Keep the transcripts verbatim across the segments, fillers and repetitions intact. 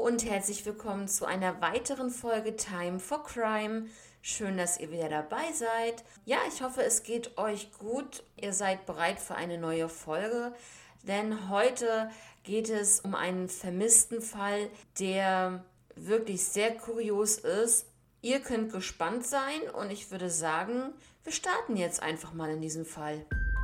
und herzlich willkommen zu einer weiteren Folge Time for Crime. Schön, dass ihr wieder dabei seid. Ja, ich hoffe, es geht euch gut. Ihr seid bereit für eine neue Folge, denn heute geht es um einen vermissten Fall, der wirklich sehr kurios ist. Ihr könnt gespannt sein und ich würde sagen, wir starten jetzt einfach mal in diesen Fall.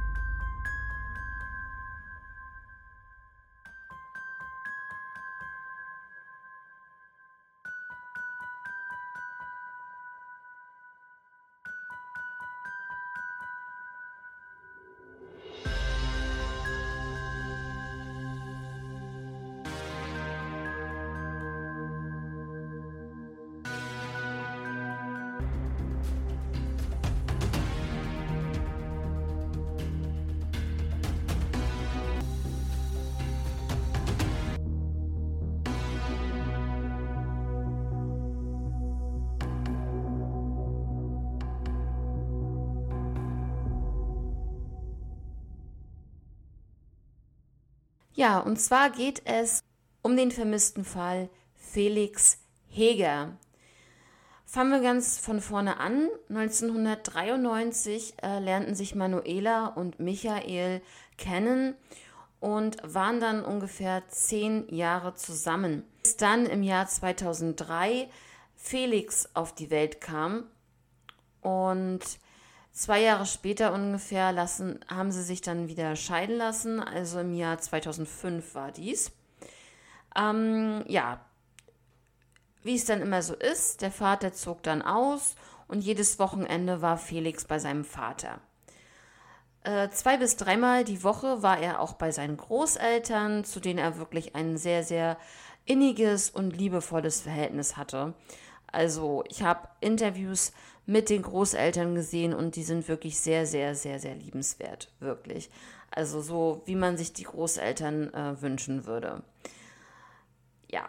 Ja, und zwar geht es um den vermissten Fall Felix Heger. Fangen wir ganz von vorne an. neunzehnhundertdreiundneunzig äh, lernten sich Manuela und Michael kennen und waren dann ungefähr zehn Jahre zusammen. Bis dann im Jahr zweitausenddrei Felix auf die Welt kam und zwei Jahre später ungefähr lassen, haben sie sich dann wieder scheiden lassen, also im Jahr zweitausendfünf war dies. Ähm, ja, wie es dann immer so ist, der Vater zog dann aus und jedes Wochenende war Felix bei seinem Vater. Äh, zwei bis dreimal die Woche war er auch bei seinen Großeltern, zu denen er wirklich ein sehr, sehr inniges und liebevolles Verhältnis hatte. Also ich habe Interviews mit den Großeltern gesehen und die sind wirklich sehr, sehr, sehr, sehr liebenswert, wirklich. Also so, wie man sich die Großeltern äh, wünschen würde. Ja.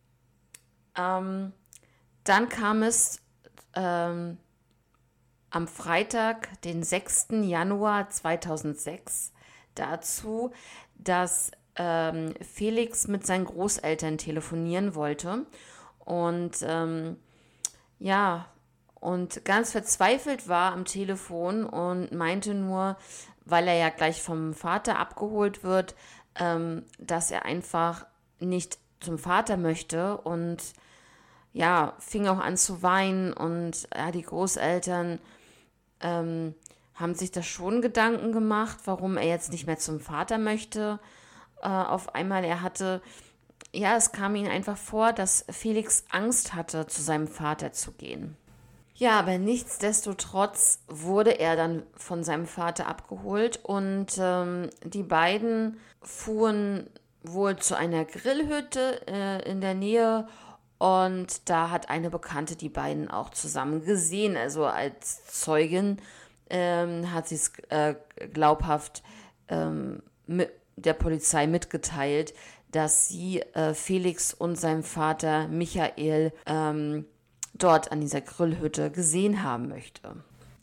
Ähm, dann kam es ähm, am Freitag, den sechsten Januar zweitausendsechs, dazu, dass ähm, Felix mit seinen Großeltern telefonieren wollte. Und ähm, ja, und ganz verzweifelt war am Telefon und meinte nur, weil er ja gleich vom Vater abgeholt wird, ähm, dass er einfach nicht zum Vater möchte und ja, fing auch an zu weinen und ja, die Großeltern ähm, haben sich da schon Gedanken gemacht, warum er jetzt nicht mehr zum Vater möchte. Äh, auf einmal, er hatte, ja, es kam ihm einfach vor, dass Felix Angst hatte, zu seinem Vater zu gehen. Ja, aber nichtsdestotrotz wurde er dann von seinem Vater abgeholt und ähm, die beiden fuhren wohl zu einer Grillhütte äh, in der Nähe und da hat eine Bekannte die beiden auch zusammen gesehen. Also als Zeugin ähm, hat sie es äh, glaubhaft ähm, mit der Polizei mitgeteilt, dass sie äh, Felix und seinem Vater Michael ähm, dort an dieser Grillhütte gesehen haben möchte.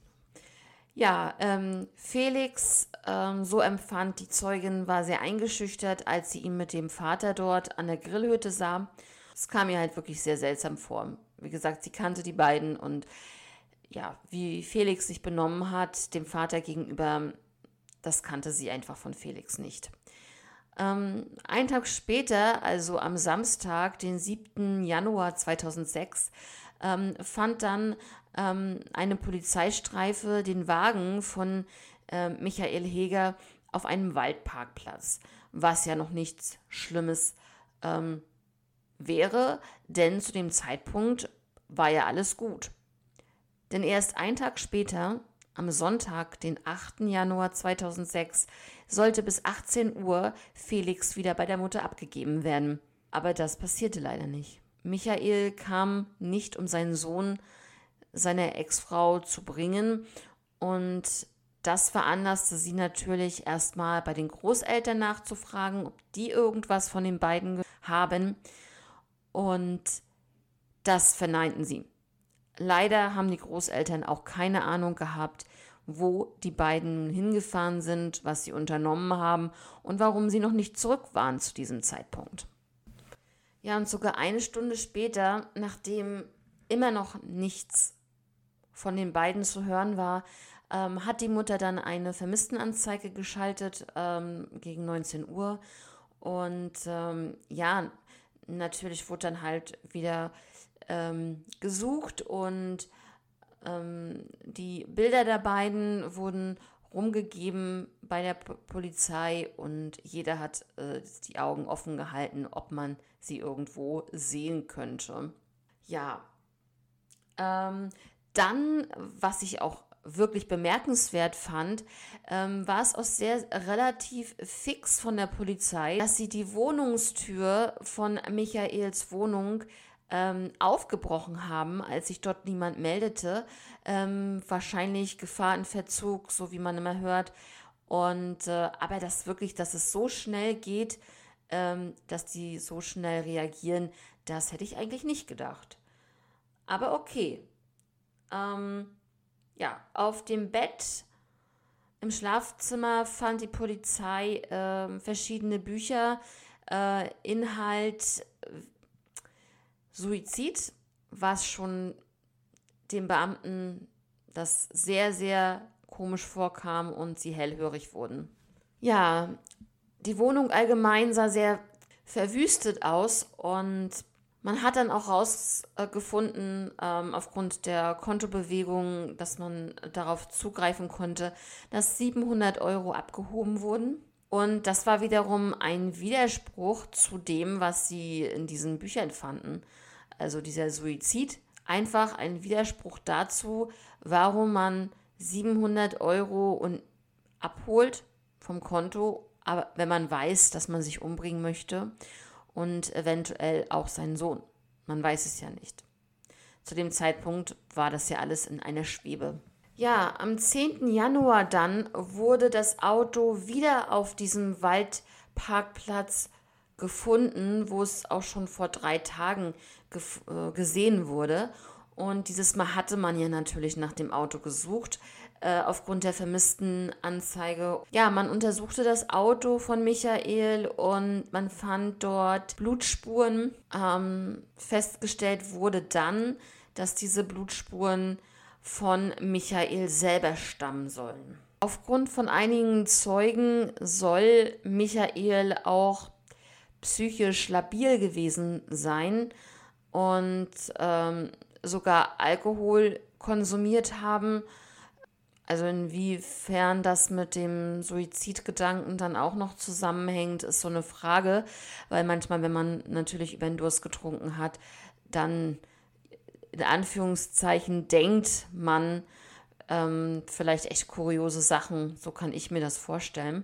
Ja, ähm, Felix, ähm, so empfand die Zeugin, war sehr eingeschüchtert, als sie ihn mit dem Vater dort an der Grillhütte sah. Es kam ihr halt wirklich sehr seltsam vor. Wie gesagt, sie kannte die beiden und ja, wie Felix sich benommen hat, dem Vater gegenüber, das kannte sie einfach von Felix nicht. Ähm, einen Tag später, also am Samstag, den siebten Januar zweitausendsechs, ähm, fand dann ähm, eine Polizeistreife den Wagen von äh, Michael Heger auf einem Waldparkplatz, was ja noch nichts Schlimmes ähm, wäre, denn zu dem Zeitpunkt war ja alles gut. Denn erst einen Tag später, am Sonntag, den achten Januar zweitausendsechs, sollte bis achtzehn Uhr Felix wieder bei der Mutter abgegeben werden. Aber das passierte leider nicht. Michael kam nicht, um seinen Sohn seiner Ex-Frau zu bringen und das veranlasste sie natürlich erstmal bei den Großeltern nachzufragen, ob die irgendwas von den beiden haben und das verneinten sie. Leider haben die Großeltern auch keine Ahnung gehabt, wo die beiden hingefahren sind, was sie unternommen haben und warum sie noch nicht zurück waren zu diesem Zeitpunkt. Ja, und sogar eine Stunde später, nachdem immer noch nichts von den beiden zu hören war, ähm, hat die Mutter dann eine Vermisstenanzeige geschaltet ähm, gegen neunzehn Uhr. Und ähm, ja, natürlich wurde dann halt wieder ähm, gesucht und ähm, die Bilder der beiden wurden rumgegeben bei der P- Polizei und jeder hat äh, die Augen offen gehalten, ob man sie irgendwo sehen könnte. Ja, ähm, dann, was ich auch wirklich bemerkenswert fand, ähm, war es auch sehr relativ fix von der Polizei, dass sie die Wohnungstür von Michaels Wohnung ähm, aufgebrochen haben, als sich dort niemand meldete. Ähm, wahrscheinlich Gefahr in Verzug, so wie man immer hört. Und äh, aber das wirklich, dass es so schnell geht, ähm, dass die so schnell reagieren, das hätte ich eigentlich nicht gedacht. Aber okay. Ähm, ja, auf dem Bett im Schlafzimmer fand die Polizei ähm, verschiedene Bücher. Äh, Inhalt Suizid, was schon den Beamten das sehr, sehr komisch vorkam und sie hellhörig wurden. Ja, die Wohnung allgemein sah sehr verwüstet aus und man hat dann auch herausgefunden, ähm, aufgrund der Kontobewegung, dass man darauf zugreifen konnte, dass siebenhundert Euro abgehoben wurden. Und das war wiederum ein Widerspruch zu dem, was sie in diesen Büchern fanden. Also dieser Suizid, einfach ein Widerspruch dazu, warum man siebenhundert Euro und abholt vom Konto, aber wenn man weiß, dass man sich umbringen möchte und eventuell auch seinen Sohn. Man weiß es ja nicht. Zu dem Zeitpunkt war das ja alles in einer Schwebe. Ja, am zehnten Januar dann wurde das Auto wieder auf diesem Waldparkplatz gefunden, wo es auch schon vor drei Tagen gef- äh, gesehen wurde. Und dieses Mal hatte man ja natürlich nach dem Auto gesucht, äh, aufgrund der vermissten Anzeige. Ja, man untersuchte das Auto von Michael und man fand dort Blutspuren. Ähm, festgestellt wurde dann, dass diese Blutspuren von Michael selber stammen sollen. Aufgrund von einigen Zeugen soll Michael auch psychisch labil gewesen sein und ähm, sogar Alkohol konsumiert haben. Also inwiefern das mit dem Suizidgedanken dann auch noch zusammenhängt, ist so eine Frage, weil manchmal, wenn man natürlich über den Durst getrunken hat, dann in Anführungszeichen denkt man ähm, vielleicht echt kuriose Sachen, so kann ich mir das vorstellen.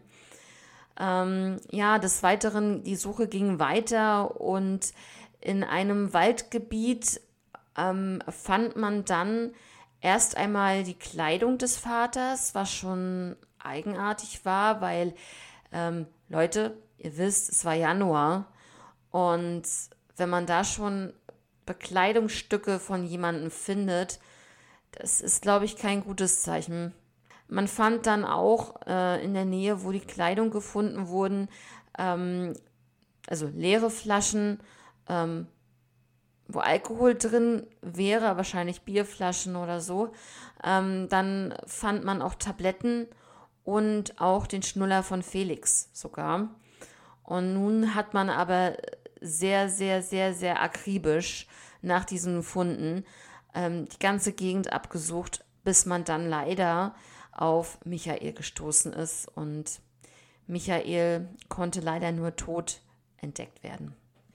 Ähm, ja, des Weiteren, die Suche ging weiter und in einem Waldgebiet ähm, fand man dann erst einmal die Kleidung des Vaters, was schon eigenartig war, weil, ähm, Leute, ihr wisst, es war Januar und wenn man da schon Bekleidungsstücke von jemandem findet, das ist, glaube ich, kein gutes Zeichen. Man fand dann auch äh, in der Nähe, wo die Kleidung gefunden wurden, ähm, also leere Flaschen, ähm, wo Alkohol drin wäre, wahrscheinlich Bierflaschen oder so. Ähm, dann fand man auch Tabletten und auch den Schnuller von Felix sogar. Und nun hat man aber sehr, sehr, sehr, sehr akribisch nach diesen Funden ähm, die ganze Gegend abgesucht, bis man dann leider auf Michael gestoßen ist. Und Michael konnte leider nur tot entdeckt werden.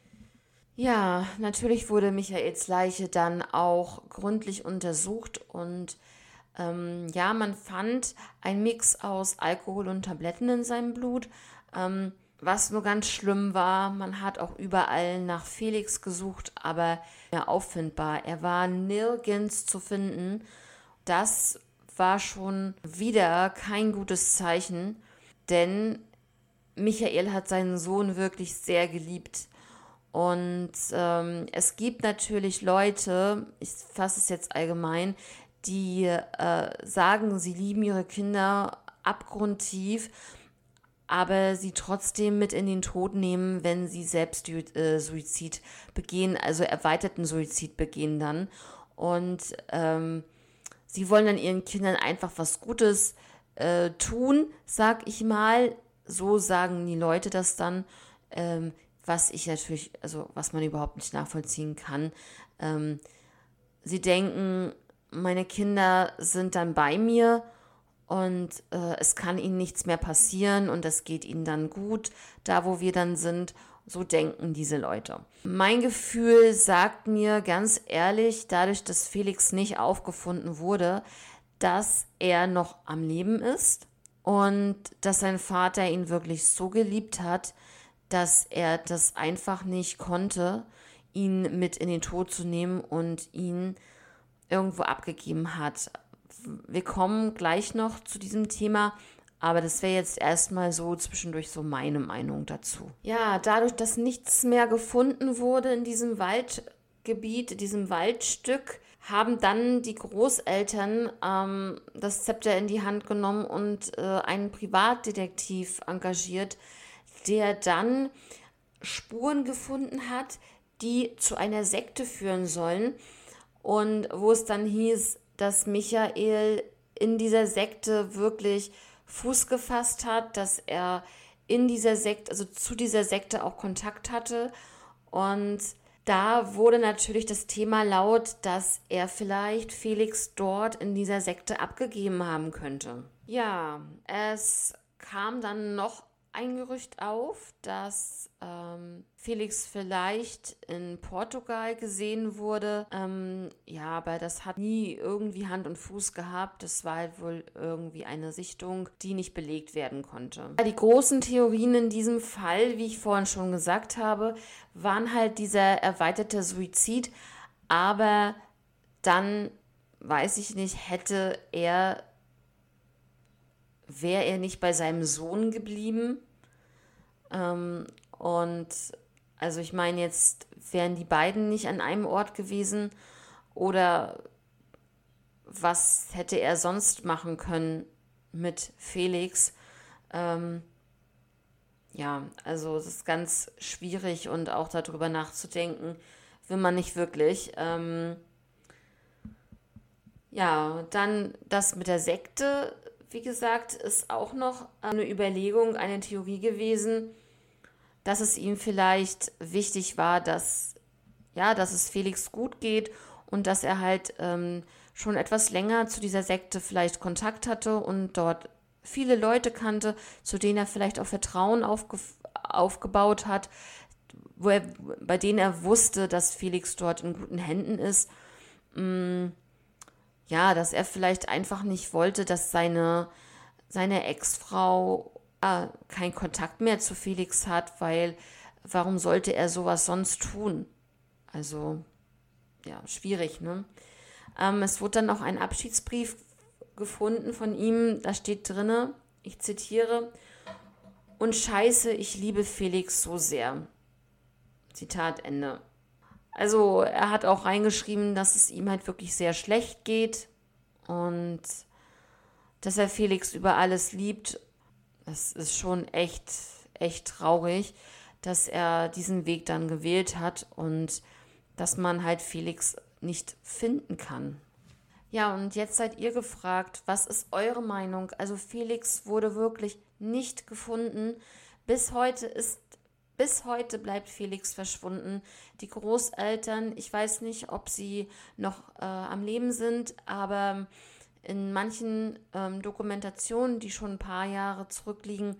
Ja, natürlich wurde Michaels Leiche dann auch gründlich untersucht und ähm, ja, man fand einen Mix aus Alkohol und Tabletten in seinem Blut. Ähm, was nur ganz schlimm war, man hat auch überall nach Felix gesucht, aber ja, auffindbar. Er war nirgends zu finden. Das war schon wieder kein gutes Zeichen, denn Michael hat seinen Sohn wirklich sehr geliebt. Und ähm, es gibt natürlich Leute, ich fasse es jetzt allgemein, die äh, sagen, sie lieben ihre Kinder abgrundtief, aber sie trotzdem mit in den Tod nehmen, wenn sie selbst äh, Suizid begehen, also erweiterten Suizid begehen dann. Und ähm, sie wollen dann ihren Kindern einfach was Gutes äh, tun, sag ich mal. So sagen die Leute das dann, ähm, was ich natürlich, also was man überhaupt nicht nachvollziehen kann. Ähm, sie denken, meine Kinder sind dann bei mir und äh, es kann ihnen nichts mehr passieren und es geht ihnen dann gut, da wo wir dann sind. So denken diese Leute. Mein Gefühl sagt mir ganz ehrlich, dadurch, dass Felix nicht aufgefunden wurde, dass er noch am Leben ist und dass sein Vater ihn wirklich so geliebt hat, dass er das einfach nicht konnte, ihn mit in den Tod zu nehmen und ihn irgendwo abgegeben hat. Wir kommen gleich noch zu diesem Thema, aber das wäre jetzt erstmal so zwischendurch so meine Meinung dazu. Ja, dadurch, dass nichts mehr gefunden wurde in diesem Waldgebiet, diesem Waldstück, haben dann die Großeltern ähm, das Zepter in die Hand genommen und äh, einen Privatdetektiv engagiert, der dann Spuren gefunden hat, die zu einer Sekte führen sollen. Und wo es dann hieß, dass Michael in dieser Sekte wirklich Fuß gefasst hat, dass er in dieser Sekte, also zu dieser Sekte auch Kontakt hatte. Und da wurde natürlich das Thema laut, dass er vielleicht Felix dort in dieser Sekte abgegeben haben könnte. Ja, es kam dann noch ein Gerücht auf, dass ähm, Felix vielleicht in Portugal gesehen wurde. Ähm, ja, aber das hat nie irgendwie Hand und Fuß gehabt. Das war halt wohl irgendwie eine Sichtung, die nicht belegt werden konnte. Die großen Theorien in diesem Fall, wie ich vorhin schon gesagt habe, waren halt dieser erweiterte Suizid. Aber dann, weiß ich nicht, hätte er wäre er nicht bei seinem Sohn geblieben. Ähm, und also ich meine, jetzt wären die beiden nicht an einem Ort gewesen oder was hätte er sonst machen können mit Felix? Ähm, ja, also es ist ganz schwierig und auch darüber nachzudenken, will man nicht wirklich. Ähm, ja, dann das mit der Sekte. Wie gesagt, ist auch noch eine Überlegung, eine Theorie gewesen, dass es ihm vielleicht wichtig war, dass, ja, dass es Felix gut geht und dass er halt ähm, schon etwas länger zu dieser Sekte vielleicht Kontakt hatte und dort viele Leute kannte, zu denen er vielleicht auch Vertrauen aufge aufgebaut hat, wo er, bei denen er wusste, dass Felix dort in guten Händen ist. Mm. Ja, dass er vielleicht einfach nicht wollte, dass seine, seine Ex-Frau äh, keinen Kontakt mehr zu Felix hat, weil warum sollte er sowas sonst tun? Also, ja, schwierig, ne? Ähm, es wurde dann auch ein Abschiedsbrief gefunden von ihm, da steht drinne, ich zitiere, und scheiße, ich liebe Felix so sehr. Zitat Ende. Also er hat auch reingeschrieben, dass es ihm halt wirklich sehr schlecht geht und dass er Felix über alles liebt. Das ist schon echt, echt traurig, dass er diesen Weg dann gewählt hat und dass man halt Felix nicht finden kann. Ja, und jetzt seid ihr gefragt, was ist eure Meinung? Also Felix wurde wirklich nicht gefunden. Bis heute ist Bis heute bleibt Felix verschwunden. Die Großeltern, ich weiß nicht, ob sie noch äh, am Leben sind, aber in manchen ähm, Dokumentationen, die schon ein paar Jahre zurückliegen,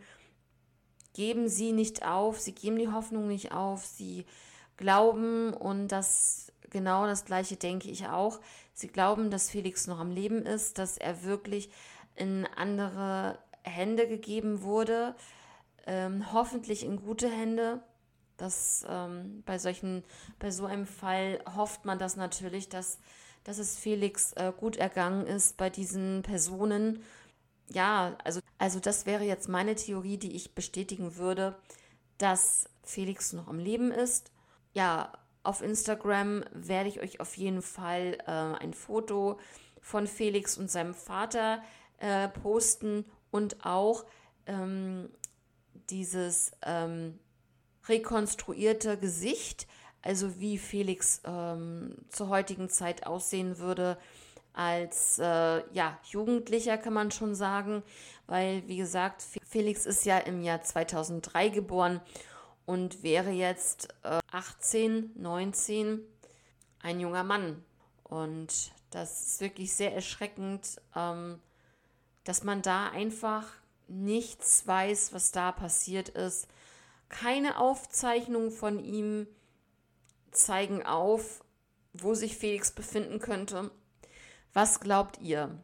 geben sie nicht auf, sie geben die Hoffnung nicht auf, sie glauben, und das genau das Gleiche denke ich auch, sie glauben, dass Felix noch am Leben ist, dass er wirklich in andere Hände gegeben wurde, ähm, hoffentlich in gute Hände. Das, ähm, bei solchen, bei so einem Fall hofft man das natürlich, dass, dass es Felix äh, gut ergangen ist bei diesen Personen. Ja, also, also das wäre jetzt meine Theorie, die ich bestätigen würde, dass Felix noch am Leben ist. Ja, auf Instagram werde ich euch auf jeden Fall äh, ein Foto von Felix und seinem Vater äh, posten und auch ähm, dieses ähm, rekonstruierte Gesicht, also wie Felix ähm, zur heutigen Zeit aussehen würde, als äh, ja, Jugendlicher kann man schon sagen, weil wie gesagt, Felix ist ja im Jahr zweitausenddrei geboren und wäre jetzt äh, achtzehn, neunzehn, ein junger Mann. Und das ist wirklich sehr erschreckend, ähm, dass man da einfach nichts weiß, was da passiert ist. Keine Aufzeichnungen von ihm zeigen auf, wo sich Felix befinden könnte. Was glaubt ihr?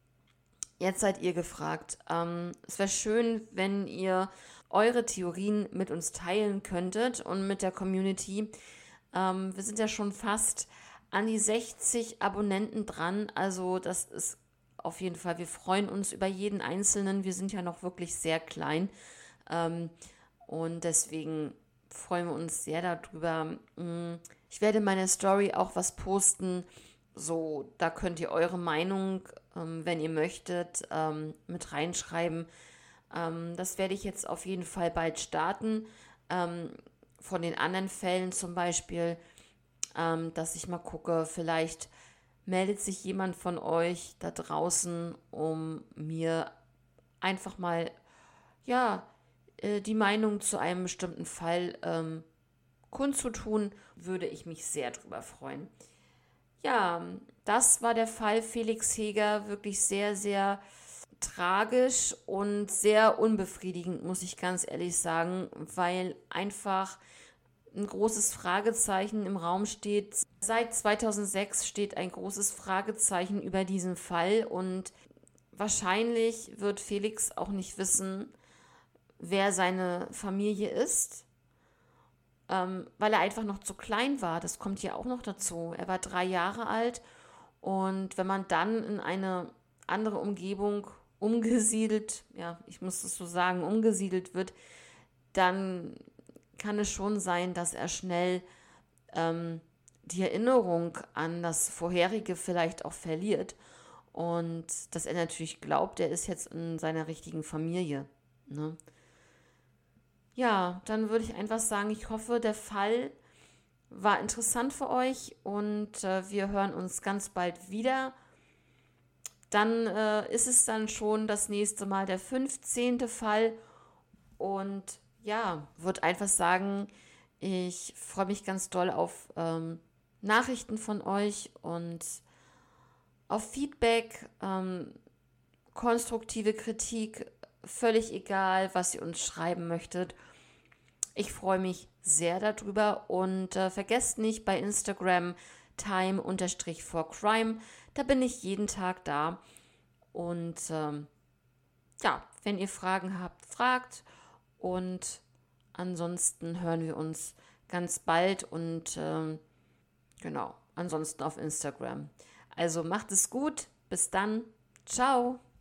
Jetzt seid ihr gefragt. Ähm, es wäre schön, wenn ihr eure Theorien mit uns teilen könntet und mit der Community. Ähm, wir sind ja schon fast an die sechzig Abonnenten dran. Also das ist auf jeden Fall, wir freuen uns über jeden Einzelnen. Wir sind ja noch wirklich sehr klein. Ähm, und deswegen freuen wir uns sehr darüber. Ich werde in meiner Story auch was posten. So, da könnt ihr eure Meinung, ähm, wenn ihr möchtet, ähm, mit reinschreiben. Ähm, das werde ich jetzt auf jeden Fall bald starten. Ähm, von den anderen Fällen zum Beispiel, ähm, dass ich mal gucke, vielleicht meldet sich jemand von euch da draußen, um mir einfach mal, ja, äh, die Meinung zu einem bestimmten Fall ähm, kundzutun, würde ich mich sehr drüber freuen. Ja, das war der Fall Felix Heger, wirklich sehr, sehr tragisch und sehr unbefriedigend, muss ich ganz ehrlich sagen, weil einfach ein großes Fragezeichen im Raum steht. Seit zweitausendsechs steht ein großes Fragezeichen über diesen Fall und wahrscheinlich wird Felix auch nicht wissen, wer seine Familie ist, ähm, weil er einfach noch zu klein war. Das kommt ja auch noch dazu. Er war drei Jahre alt und wenn man dann in eine andere Umgebung umgesiedelt, ja, ich muss es so sagen, umgesiedelt wird, dann kann es schon sein, dass er schnell ähm, die Erinnerung an das Vorherige vielleicht auch verliert und dass er natürlich glaubt, er ist jetzt in seiner richtigen Familie. Ne? Ja, dann würde ich einfach sagen, ich hoffe, der Fall war interessant für euch und äh, wir hören uns ganz bald wieder. Dann äh, ist es dann schon das nächste Mal der fünfzehnte Fall und ja, würde einfach sagen, ich freue mich ganz doll auf ähm, Nachrichten von euch und auf Feedback, ähm, konstruktive Kritik, völlig egal, was ihr uns schreiben möchtet. Ich freue mich sehr darüber und äh, vergesst nicht bei Instagram time for crime, da bin ich jeden Tag da und ähm, ja, wenn ihr Fragen habt, fragt. Und ansonsten hören wir uns ganz bald und ähm, genau, ansonsten auf Instagram. Also macht es gut, bis dann, ciao.